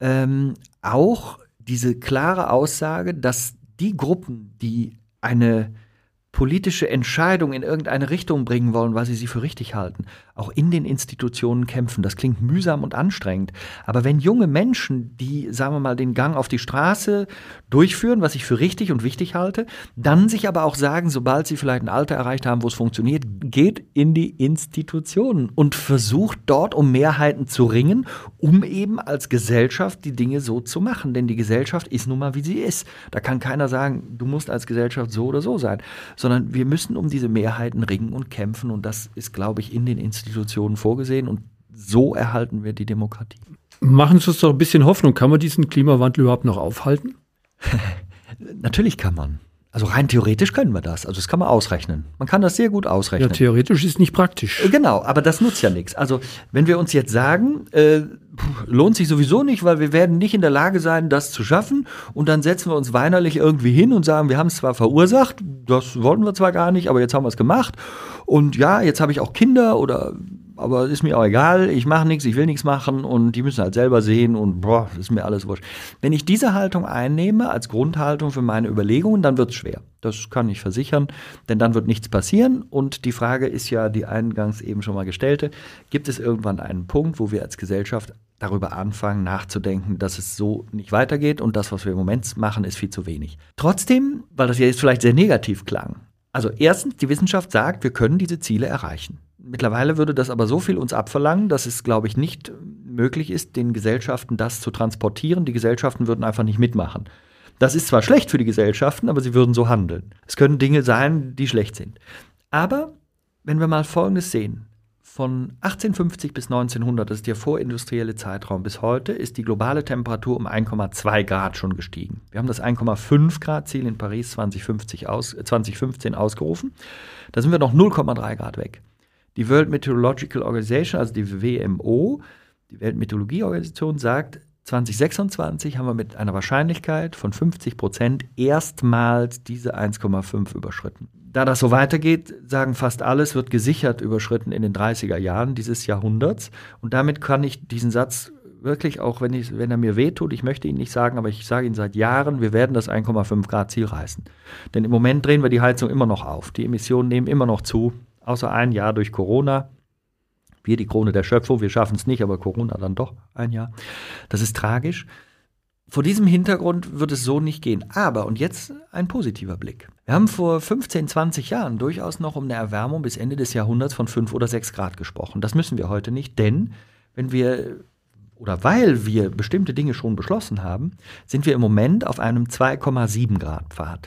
auch diese klare Aussage, dass die Gruppen, die eine politische Entscheidung in irgendeine Richtung bringen wollen, weil sie für richtig halten, auch in den Institutionen kämpfen. Das klingt mühsam und anstrengend. Aber wenn junge Menschen, die, sagen wir mal, den Gang auf die Straße durchführen, was ich für richtig und wichtig halte, dann sich aber auch sagen, sobald sie vielleicht ein Alter erreicht haben, wo es funktioniert, geht in die Institutionen und versucht dort um Mehrheiten zu ringen, um eben als Gesellschaft die Dinge so zu machen. Denn die Gesellschaft ist nun mal, wie sie ist. Da kann keiner sagen, du musst als Gesellschaft so oder so sein. Sondern wir müssen um diese Mehrheiten ringen und kämpfen. Und das ist, glaube ich, in den Institutionen vorgesehen. Und so erhalten wir die Demokratie. Machen Sie uns doch ein bisschen Hoffnung. Kann man diesen Klimawandel überhaupt noch aufhalten? Natürlich kann man. Also rein theoretisch können wir das. Also das kann man ausrechnen. Man kann das sehr gut ausrechnen. Ja, theoretisch ist nicht praktisch. Genau, aber das nutzt ja nichts. Also wenn wir uns jetzt sagen, lohnt sich sowieso nicht, weil wir werden nicht in der Lage sein, das zu schaffen. Und dann setzen wir uns weinerlich irgendwie hin und sagen, wir haben es zwar verursacht, das wollten wir zwar gar nicht, aber jetzt haben wir es gemacht. Und ja, jetzt habe ich auch Kinder aber ist mir auch egal, ich mache nichts, ich will nichts machen und die müssen halt selber sehen und ist mir alles wurscht. Wenn ich diese Haltung einnehme als Grundhaltung für meine Überlegungen, dann wird es schwer. Das kann ich versichern, denn dann wird nichts passieren und die Frage ist ja die eingangs eben schon mal gestellte, gibt es irgendwann einen Punkt, wo wir als Gesellschaft darüber anfangen nachzudenken, dass es so nicht weitergeht und das, was wir im Moment machen, ist viel zu wenig. Trotzdem, weil das ja jetzt vielleicht sehr negativ klang, also erstens, die Wissenschaft sagt, wir können diese Ziele erreichen. Mittlerweile würde das aber so viel uns abverlangen, dass es, glaube ich, nicht möglich ist, den Gesellschaften das zu transportieren. Die Gesellschaften würden einfach nicht mitmachen. Das ist zwar schlecht für die Gesellschaften, aber sie würden so handeln. Es können Dinge sein, die schlecht sind. Aber wenn wir mal Folgendes sehen. Von 1850 bis 1900, das ist der vorindustrielle Zeitraum, bis heute ist die globale Temperatur um 1,2 Grad schon gestiegen. Wir haben das 1,5 Grad Ziel in Paris 2015 ausgerufen. Da sind wir noch 0,3 Grad weg. Die World Meteorological Organization, also die WMO, die Weltmeteorologieorganisation, sagt, 2026 haben wir mit einer Wahrscheinlichkeit von 50% erstmals diese 1,5 überschritten. Da das so weitergeht, sagen fast alles, wird gesichert überschritten in den 30er Jahren dieses Jahrhunderts. Und damit kann ich diesen Satz wirklich, auch wenn er mir wehtut, ich möchte ihn nicht sagen, aber ich sage ihn seit Jahren, wir werden das 1,5 Grad Ziel reißen. Denn im Moment drehen wir die Heizung immer noch auf. Die Emissionen nehmen immer noch zu. Außer ein Jahr durch Corona. Wir die Krone der Schöpfung, wir schaffen es nicht, aber Corona dann doch ein Jahr. Das ist tragisch. Vor diesem Hintergrund wird es so nicht gehen. Aber, und jetzt ein positiver Blick. Wir haben vor 15, 20 Jahren durchaus noch um eine Erwärmung bis Ende des Jahrhunderts von 5 oder 6 Grad gesprochen. Das müssen wir heute nicht, denn weil wir bestimmte Dinge schon beschlossen haben, sind wir im Moment auf einem 2,7 Grad Pfad.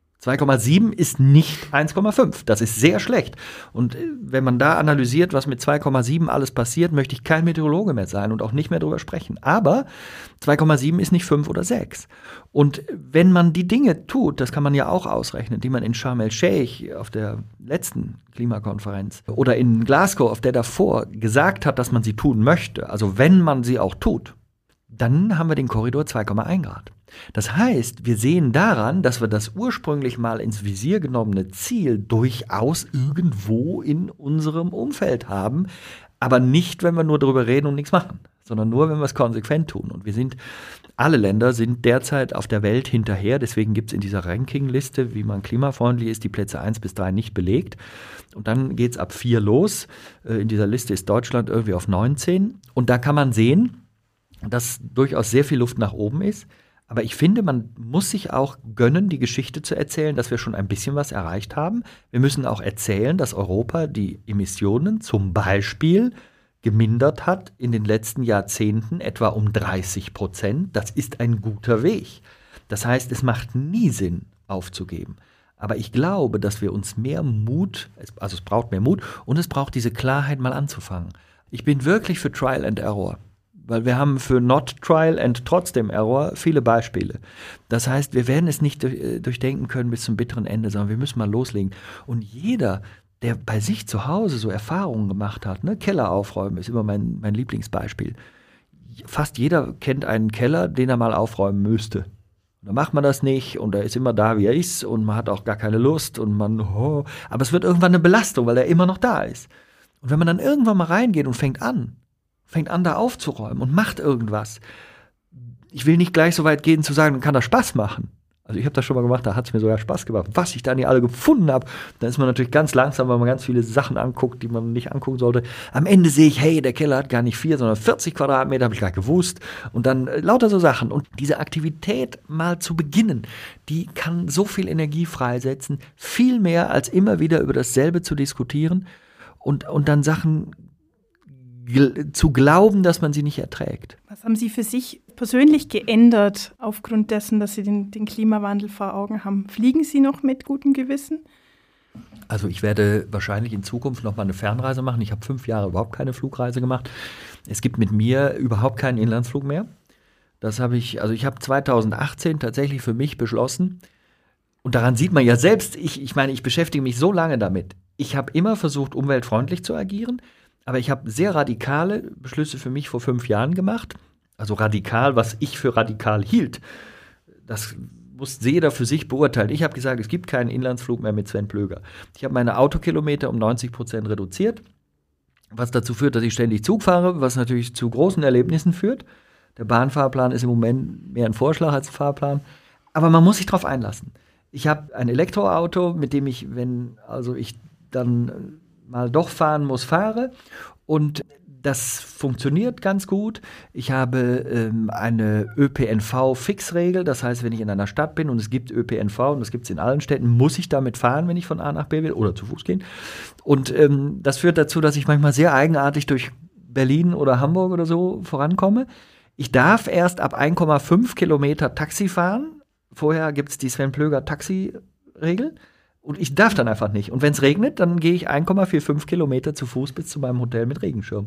2,7 ist nicht 1,5. Das ist sehr schlecht. Und wenn man da analysiert, was mit 2,7 alles passiert, möchte ich kein Meteorologe mehr sein und auch nicht mehr drüber sprechen. Aber 2,7 ist nicht 5 oder 6. Und wenn man die Dinge tut, das kann man ja auch ausrechnen, die man in Sharm el-Sheikh auf der letzten Klimakonferenz oder in Glasgow auf der davor gesagt hat, dass man sie tun möchte, also wenn man sie auch tut, dann haben wir den Korridor 2,1 Grad. Das heißt, wir sehen daran, dass wir das ursprünglich mal ins Visier genommene Ziel durchaus irgendwo in unserem Umfeld haben, aber nicht, wenn wir nur darüber reden und nichts machen, sondern nur, wenn wir es konsequent tun. Und alle Länder sind derzeit auf der Welt hinterher, deswegen gibt es in dieser Rankingliste, wie man klimafreundlich ist, die Plätze 1 bis 3 nicht belegt. Und dann geht es ab 4 los. In dieser Liste ist Deutschland irgendwie auf 19. Und da kann man sehen, dass durchaus sehr viel Luft nach oben ist. Aber ich finde, man muss sich auch gönnen, die Geschichte zu erzählen, dass wir schon ein bisschen was erreicht haben. Wir müssen auch erzählen, dass Europa die Emissionen zum Beispiel gemindert hat in den letzten Jahrzehnten etwa um 30%. Das ist ein guter Weg. Das heißt, es macht nie Sinn, aufzugeben. Aber ich glaube, dass wir uns es braucht mehr Mut und es braucht diese Klarheit, mal anzufangen. Ich bin wirklich für Trial and Error. Weil wir haben für Not Trial and trotzdem Error viele Beispiele. Das heißt, wir werden es nicht durchdenken können bis zum bitteren Ende, sondern wir müssen mal loslegen. Und jeder, der bei sich zu Hause so Erfahrungen gemacht hat, Keller aufräumen ist immer mein Lieblingsbeispiel. Fast jeder kennt einen Keller, den er mal aufräumen müsste. Und dann macht man das nicht und er ist immer da, wie er ist und man hat auch gar keine Lust und aber es wird irgendwann eine Belastung, weil er immer noch da ist. Und wenn man dann irgendwann mal reingeht und fängt an da aufzuräumen und macht irgendwas. Ich will nicht gleich so weit gehen zu sagen, dann kann das Spaß machen. Also ich habe das schon mal gemacht, da hat es mir sogar Spaß gemacht. Was ich dann hier alle gefunden habe, dann ist man natürlich ganz langsam, weil man ganz viele Sachen anguckt, die man nicht angucken sollte. Am Ende sehe ich, hey, der Keller hat gar nicht 4, sondern 40 Quadratmeter, habe ich gar nicht gewusst. Und dann lauter so Sachen. Und diese Aktivität mal zu beginnen, die kann so viel Energie freisetzen, viel mehr als immer wieder über dasselbe zu diskutieren und dann Sachen zu glauben, dass man sie nicht erträgt. Was haben Sie für sich persönlich geändert aufgrund dessen, dass Sie den Klimawandel vor Augen haben? Fliegen Sie noch mit gutem Gewissen? Also ich werde wahrscheinlich in Zukunft noch mal eine Fernreise machen. Ich habe 5 Jahre überhaupt keine Flugreise gemacht. Es gibt mit mir überhaupt keinen Inlandsflug mehr. Ich habe 2018 tatsächlich für mich beschlossen, und daran sieht man ja selbst, ich meine, ich beschäftige mich so lange damit. Ich habe immer versucht, umweltfreundlich zu agieren. Aber ich habe sehr radikale Beschlüsse für mich vor 5 Jahren gemacht. Also radikal, was ich für radikal hielt. Das muss jeder für sich beurteilen. Ich habe gesagt, es gibt keinen Inlandsflug mehr mit Sven Plöger. Ich habe meine Autokilometer um 90% reduziert, was dazu führt, dass ich ständig Zug fahre, was natürlich zu großen Erlebnissen führt. Der Bahnfahrplan ist im Moment mehr ein Vorschlag als ein Fahrplan. Aber man muss sich darauf einlassen. Ich habe ein Elektroauto, mit dem ich, wenn ich dann mal doch fahren muss, fahre. Und das funktioniert ganz gut. Ich habe eine ÖPNV-Fixregel. Das heißt, wenn ich in einer Stadt bin und es gibt ÖPNV und das gibt es in allen Städten, muss ich damit fahren, wenn ich von A nach B will oder zu Fuß gehen. Und das führt dazu, dass ich manchmal sehr eigenartig durch Berlin oder Hamburg oder so vorankomme. Ich darf erst ab 1,5 Kilometer Taxi fahren. Vorher gibt es die Sven Plöger Taxi-Regel. Und ich darf dann einfach nicht. Und wenn es regnet, dann gehe ich 1,45 Kilometer zu Fuß bis zu meinem Hotel mit Regenschirm.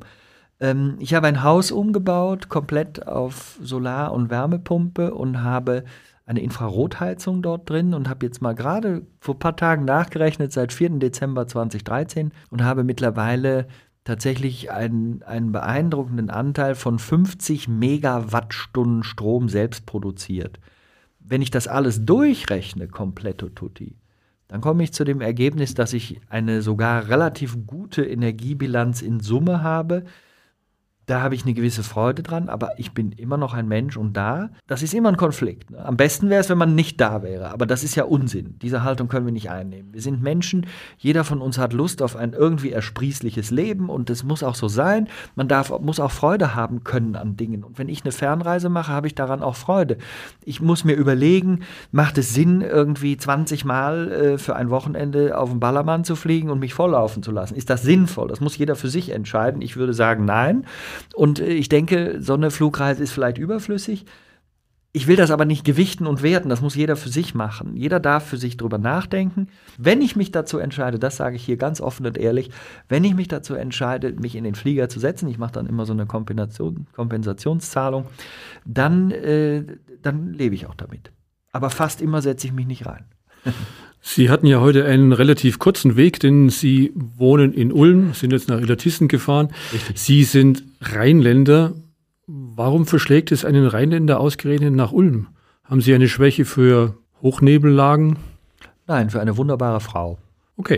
Ich habe ein Haus umgebaut, komplett auf Solar- und Wärmepumpe und habe eine Infrarotheizung dort drin und habe jetzt mal gerade vor ein paar Tagen nachgerechnet, seit 4. Dezember 2013 und habe mittlerweile tatsächlich einen beeindruckenden Anteil von 50 Megawattstunden Strom selbst produziert. Wenn ich das alles durchrechne, kompletto tutti, dann komme ich zu dem Ergebnis, dass ich eine sogar relativ gute Energiebilanz in Summe habe. Da habe ich eine gewisse Freude dran, aber ich bin immer noch ein Mensch und das ist immer ein Konflikt. Ne? Am besten wäre es, wenn man nicht da wäre, aber das ist ja Unsinn. Diese Haltung können wir nicht einnehmen. Wir sind Menschen, jeder von uns hat Lust auf ein irgendwie ersprießliches Leben und das muss auch so sein. Man muss auch Freude haben können an Dingen. Und wenn ich eine Fernreise mache, habe ich daran auch Freude. Ich muss mir überlegen, macht es Sinn, irgendwie 20 Mal für ein Wochenende auf den Ballermann zu fliegen und mich volllaufen zu lassen? Ist das sinnvoll? Das muss jeder für sich entscheiden. Ich würde sagen, nein. Und ich denke, so eine Flugreise ist vielleicht überflüssig. Ich will das aber nicht gewichten und werten, das muss jeder für sich machen. Jeder darf für sich drüber nachdenken. Wenn ich mich dazu entscheide, das sage ich hier ganz offen und ehrlich, wenn ich mich dazu entscheide, mich in den Flieger zu setzen, ich mache dann immer so eine Kompensationszahlung, dann lebe ich auch damit. Aber fast immer setze ich mich nicht rein. Sie hatten ja heute einen relativ kurzen Weg, denn Sie wohnen in Ulm, sind jetzt nach Illertissen gefahren. Richtig. Sie sind Rheinländer. Warum verschlägt es einen Rheinländer ausgerechnet nach Ulm? Haben Sie eine Schwäche für Hochnebellagen? Nein, für eine wunderbare Frau. Okay.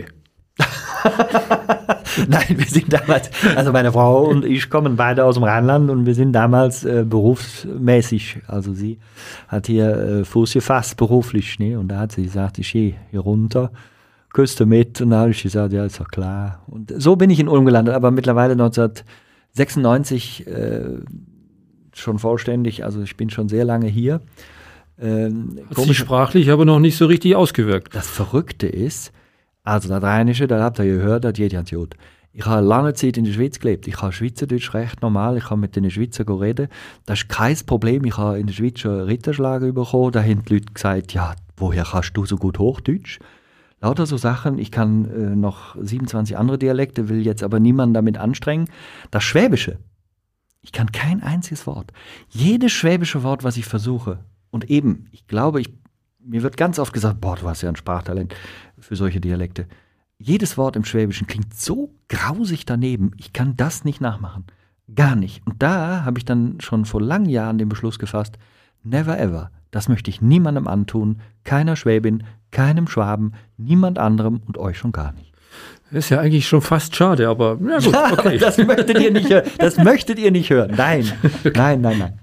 Nein, wir sind damals, also meine Frau und ich kommen beide aus dem Rheinland und wir sind damals berufsmäßig, also sie hat hier Fuß gefasst beruflich, ne? Und da hat sie gesagt, ich gehe hier runter, Küste mit und da habe ich gesagt, ja, ist doch klar. Und so bin ich in Ulm gelandet, aber mittlerweile 1996 schon vollständig, also ich bin schon sehr lange hier. Hat sich sprachlich aber noch nicht so richtig ausgewirkt. Das Verrückte ist, also das Rheinische, da habt ihr gehört, das geht ganz gut. Ich habe lange Zeit in der Schweiz gelebt. Ich habe Schweizerdeutsch recht normal. Ich kann mit den Schweizern reden. Das ist kein Problem. Ich habe in der Schweiz schon Ritterschlag bekommen. Da haben die Leute gesagt, ja, woher kannst du so gut Hochdeutsch? Lauter so Sachen. Ich kann noch 27 andere Dialekte, will jetzt aber niemanden damit anstrengen. Das Schwäbische. Ich kann kein einziges Wort. Jedes schwäbische Wort, was ich versuche. Und eben, ich glaube, mir wird ganz oft gesagt, boah, du hast ja ein Sprachtalent für solche Dialekte. Jedes Wort im Schwäbischen klingt so grausig daneben, ich kann das nicht nachmachen. Gar nicht. Und da habe ich dann schon vor langen Jahren den Beschluss gefasst, never ever, das möchte ich niemandem antun, keiner Schwäbin, keinem Schwaben, niemand anderem und euch schon gar nicht. Das ist ja eigentlich schon fast schade, aber ja gut, ja, okay. Das möchtet ihr nicht hören. Das möchtet ihr nicht hören. Nein, nein.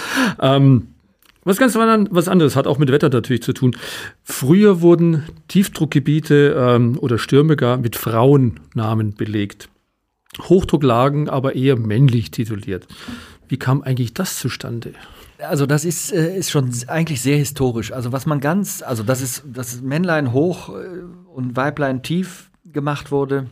Was anderes hat auch mit Wetter natürlich zu tun. Früher wurden Tiefdruckgebiete oder Stürme gar mit Frauennamen belegt. Hochdrucklagen aber eher männlich tituliert. Wie kam eigentlich das zustande? Also das ist schon eigentlich sehr historisch. Also was man dass Männlein hoch und Weiblein tief gemacht wurde,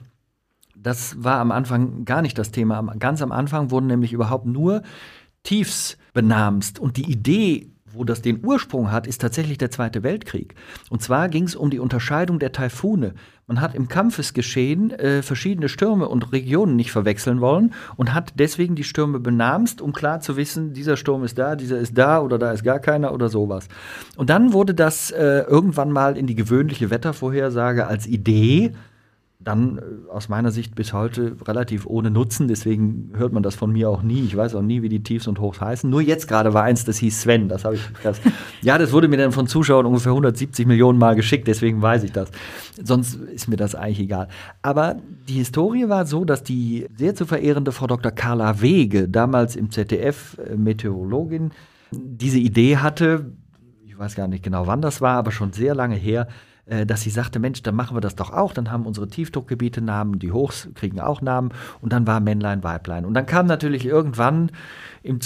das war am Anfang gar nicht das Thema. Ganz am Anfang wurden nämlich überhaupt nur Tiefs benamst. Und die Idee, wo das den Ursprung hat, ist tatsächlich der Zweite Weltkrieg. Und zwar ging es um die Unterscheidung der Taifune. Man hat im Kampfesgeschehen verschiedene Stürme und Regionen nicht verwechseln wollen und hat deswegen die Stürme benamst, um klar zu wissen, dieser Sturm ist da oder da ist gar keiner oder sowas. Und dann wurde das irgendwann mal in die gewöhnliche Wettervorhersage als Idee, dann aus meiner Sicht bis heute relativ ohne Nutzen, deswegen hört man das von mir auch nie. Ich weiß auch nie, wie die Tiefs und Hochs heißen. Nur jetzt gerade war eins, das hieß Sven. Das wurde mir dann von Zuschauern ungefähr 170 Millionen Mal geschickt, deswegen weiß ich das. Sonst ist mir das eigentlich egal. Aber die Historie war so, dass die sehr zu verehrende Frau Dr. Carla Wege, damals im ZDF Meteorologin, diese Idee hatte, ich weiß gar nicht genau, wann das war, aber schon sehr lange her, dass sie sagte, Mensch, dann machen wir das doch auch, dann haben unsere Tiefdruckgebiete Namen, die Hochs kriegen auch Namen und dann war Männlein, Weiblein. Und dann kam natürlich irgendwann im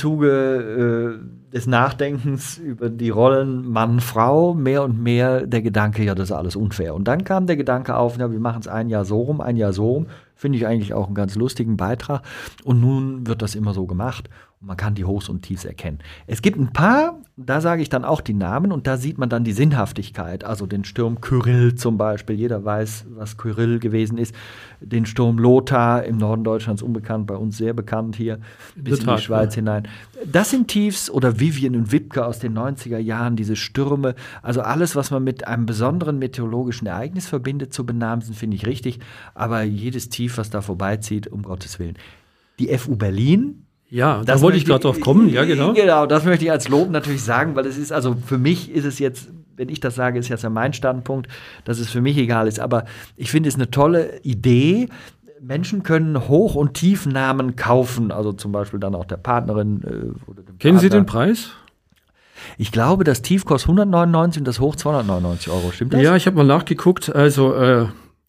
Zuge des Nachdenkens über die Rollen Mann, Frau mehr und mehr der Gedanke, ja, das ist alles unfair. Und dann kam der Gedanke auf, ja, wir machen es ein Jahr so rum, finde ich eigentlich auch einen ganz lustigen Beitrag. Und nun wird das immer so gemacht. Und man kann die Hochs und Tiefs erkennen. Es gibt ein paar, da sage ich dann auch die Namen und da sieht man dann die Sinnhaftigkeit. Also den Sturm Kyrill zum Beispiel, jeder weiß, was Kyrill gewesen ist. Den Sturm Lothar, im Norden Deutschlands unbekannt, bei uns sehr bekannt hier, bis in die Schweiz hinein. Das sind Tiefs oder Vivian und Wipke aus den 90er Jahren, diese Stürme. Also alles, was man mit einem besonderen meteorologischen Ereignis verbindet, zu benamsen, finde ich richtig. Aber jedes Tief, was da vorbeizieht, um Gottes Willen. Die FU Berlin. Ja, da wollte ich gerade drauf kommen, ja genau. Genau, das möchte ich als Lob natürlich sagen, weil es ist, also für mich ist es jetzt, wenn ich das sage, ist jetzt ja mein Standpunkt, dass es für mich egal ist, aber ich finde es eine tolle Idee, Menschen können Hoch- und Tiefnamen kaufen, also zum Beispiel dann auch der Partnerin oder dem Kennen Sie Partner. den Preis? Ich glaube, das Tief kostet 199 und das Hoch 299 €. Stimmt das? Ja, ich habe mal nachgeguckt. Also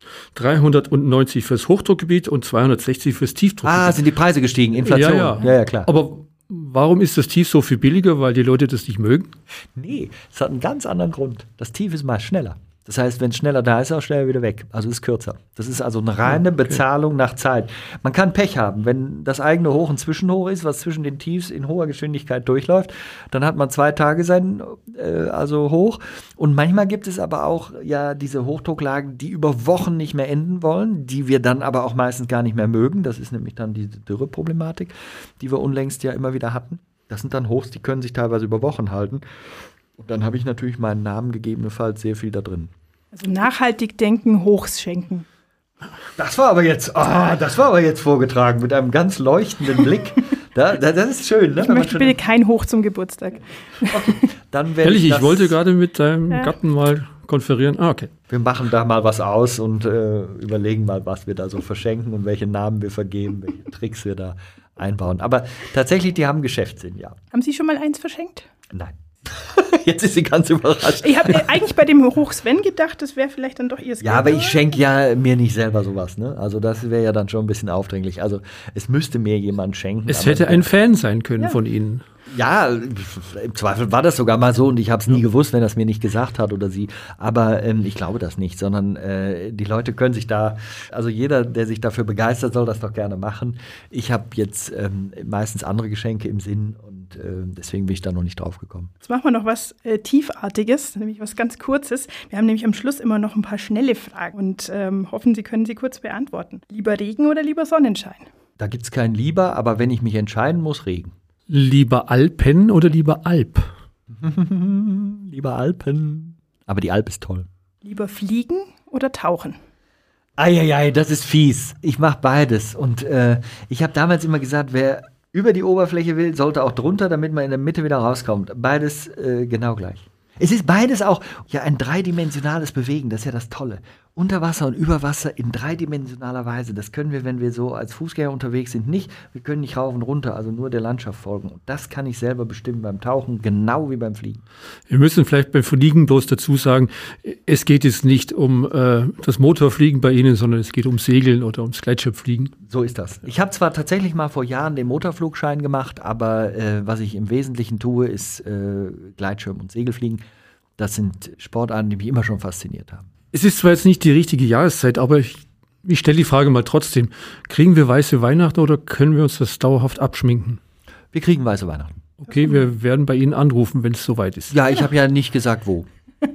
390 fürs Hochdruckgebiet und 260 fürs Tiefdruckgebiet. Sind die Preise gestiegen? Inflation? Ja, klar. Aber warum ist das Tief so viel billiger? Weil die Leute das nicht mögen? Nee, es hat einen ganz anderen Grund. Das Tief ist meist schneller. Das heißt, wenn es schneller da ist, ist es auch schneller wieder weg. Also ist kürzer. Das ist also eine reine Bezahlung nach Zeit. Man kann Pech haben, wenn das eigene Hoch ein Zwischenhoch ist, was zwischen den Tiefs in hoher Geschwindigkeit durchläuft, dann hat man 2 Tage sein also Hoch. Und manchmal gibt es aber auch ja diese Hochdrucklagen, die über Wochen nicht mehr enden wollen, die wir dann aber auch meistens gar nicht mehr mögen. Das ist nämlich dann diese Dürreproblematik, die wir unlängst ja immer wieder hatten. Das sind dann Hochs, die können sich teilweise über Wochen halten. Und dann habe ich natürlich meinen Namen gegebenenfalls sehr viel da drin. Also nachhaltig denken, Hochs schenken. Das war aber jetzt vorgetragen mit einem ganz leuchtenden Blick. Das ist schön. Ne? Ich möchte bitte kein Hoch zum Geburtstag. Okay, dann Ehrlich, ich wollte gerade mit deinem Gatten mal konferieren. Okay. Wir machen da mal was aus und überlegen mal, was wir da so verschenken und welche Namen wir vergeben, welche Tricks wir da einbauen. Aber tatsächlich, die haben Geschäftssinn, ja. Haben Sie schon mal eins verschenkt? Nein. Jetzt ist sie ganz überrascht. Ich habe eigentlich bei dem Hoch Sven gedacht, das wäre vielleicht dann doch ihr Skin. Ja, aber ich schenke ja mir nicht selber sowas, ne? Also das wäre ja dann schon ein bisschen aufdringlich. Also es müsste mir jemand schenken. Es hätte ein Fan sein können von Ihnen. Ja, im Zweifel war das sogar mal so und ich habe es nie gewusst, wenn er es mir nicht gesagt hat oder sie. Aber ich glaube das nicht, sondern die Leute können sich da, also jeder, der sich dafür begeistert, soll das doch gerne machen. Ich habe jetzt meistens andere Geschenke im Sinn und deswegen bin ich da noch nicht drauf gekommen. Jetzt machen wir noch was Tiefartiges, nämlich was ganz Kurzes. Wir haben nämlich am Schluss immer noch ein paar schnelle Fragen und hoffen, Sie können sie kurz beantworten. Lieber Regen oder lieber Sonnenschein? Da gibt es kein Lieber, aber wenn ich mich entscheiden muss, Regen. Lieber Alpen oder lieber Alp? Lieber Alpen. Aber die Alp ist toll. Lieber fliegen oder tauchen? Eieiei, das ist fies. Ich mache beides. Und ich habe damals immer gesagt, wer über die Oberfläche will, sollte auch drunter, damit man in der Mitte wieder rauskommt. Beides genau gleich. Es ist beides auch ja ein dreidimensionales Bewegen, das ist ja das Tolle. Unter Wasser und über Wasser in dreidimensionaler Weise. Das können wir, wenn wir so als Fußgänger unterwegs sind, nicht. Wir können nicht rauf und runter, also nur der Landschaft folgen. Und das kann ich selber bestimmen beim Tauchen, genau wie beim Fliegen. Wir müssen vielleicht beim Fliegen bloß dazu sagen, es geht jetzt nicht um das Motorfliegen bei Ihnen, sondern es geht um Segeln oder ums Gleitschirmfliegen. So ist das. Ich habe zwar tatsächlich mal vor Jahren den Motorflugschein gemacht, aber was ich im Wesentlichen tue, ist Gleitschirm und Segelfliegen. Das sind Sportarten, die mich immer schon fasziniert haben. Es ist zwar jetzt nicht die richtige Jahreszeit, aber ich stelle die Frage mal trotzdem. Kriegen wir weiße Weihnachten oder können wir uns das dauerhaft abschminken? Wir kriegen weiße Weihnachten. Okay, wir werden bei Ihnen anrufen, wenn es soweit ist. Ja, ich habe ja nicht gesagt, wo.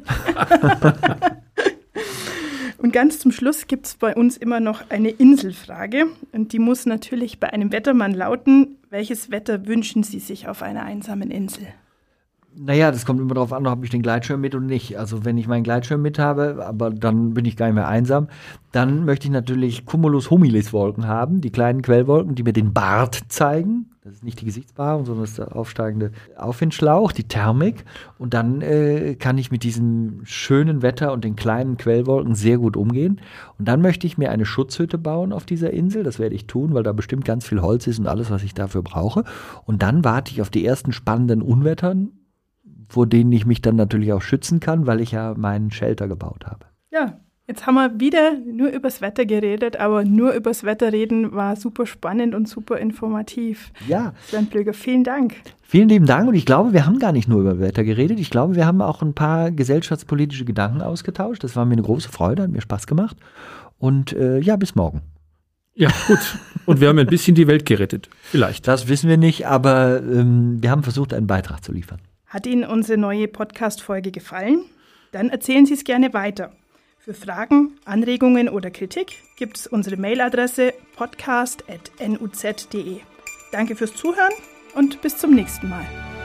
Und ganz zum Schluss gibt es bei uns immer noch eine Inselfrage. Und die muss natürlich bei einem Wettermann lauten: Welches Wetter wünschen Sie sich auf einer einsamen Insel? Naja, das kommt immer darauf an, ob ich den Gleitschirm mit oder nicht. Also wenn ich meinen Gleitschirm mit habe, aber dann bin ich gar nicht mehr einsam, dann möchte ich natürlich Cumulus-Humilis-Wolken haben, die kleinen Quellwolken, die mir den Bart zeigen. Das ist nicht die Gesichtsbehaarung, sondern das ist der aufsteigende Aufwindschlauch, die Thermik. Und dann kann ich mit diesem schönen Wetter und den kleinen Quellwolken sehr gut umgehen. Und dann möchte ich mir eine Schutzhütte bauen auf dieser Insel. Das werde ich tun, weil da bestimmt ganz viel Holz ist und alles, was ich dafür brauche. Und dann warte ich auf die ersten spannenden Unwettern, vor denen ich mich dann natürlich auch schützen kann, weil ich ja meinen Shelter gebaut habe. Ja, jetzt haben wir wieder nur übers Wetter geredet, aber nur übers Wetter reden war super spannend und super informativ. Ja. Sven Plöger, vielen Dank. Vielen lieben Dank und ich glaube, wir haben gar nicht nur über Wetter geredet. Ich glaube, wir haben auch ein paar gesellschaftspolitische Gedanken ausgetauscht. Das war mir eine große Freude, hat mir Spaß gemacht. Und ja, bis morgen. Ja, gut. Und wir haben ein bisschen die Welt gerettet. Vielleicht. Das wissen wir nicht, aber wir haben versucht, einen Beitrag zu liefern. Hat Ihnen unsere neue Podcast-Folge gefallen? Dann erzählen Sie es gerne weiter. Für Fragen, Anregungen oder Kritik gibt es unsere Mailadresse podcast@nuz.de. Danke fürs Zuhören und bis zum nächsten Mal.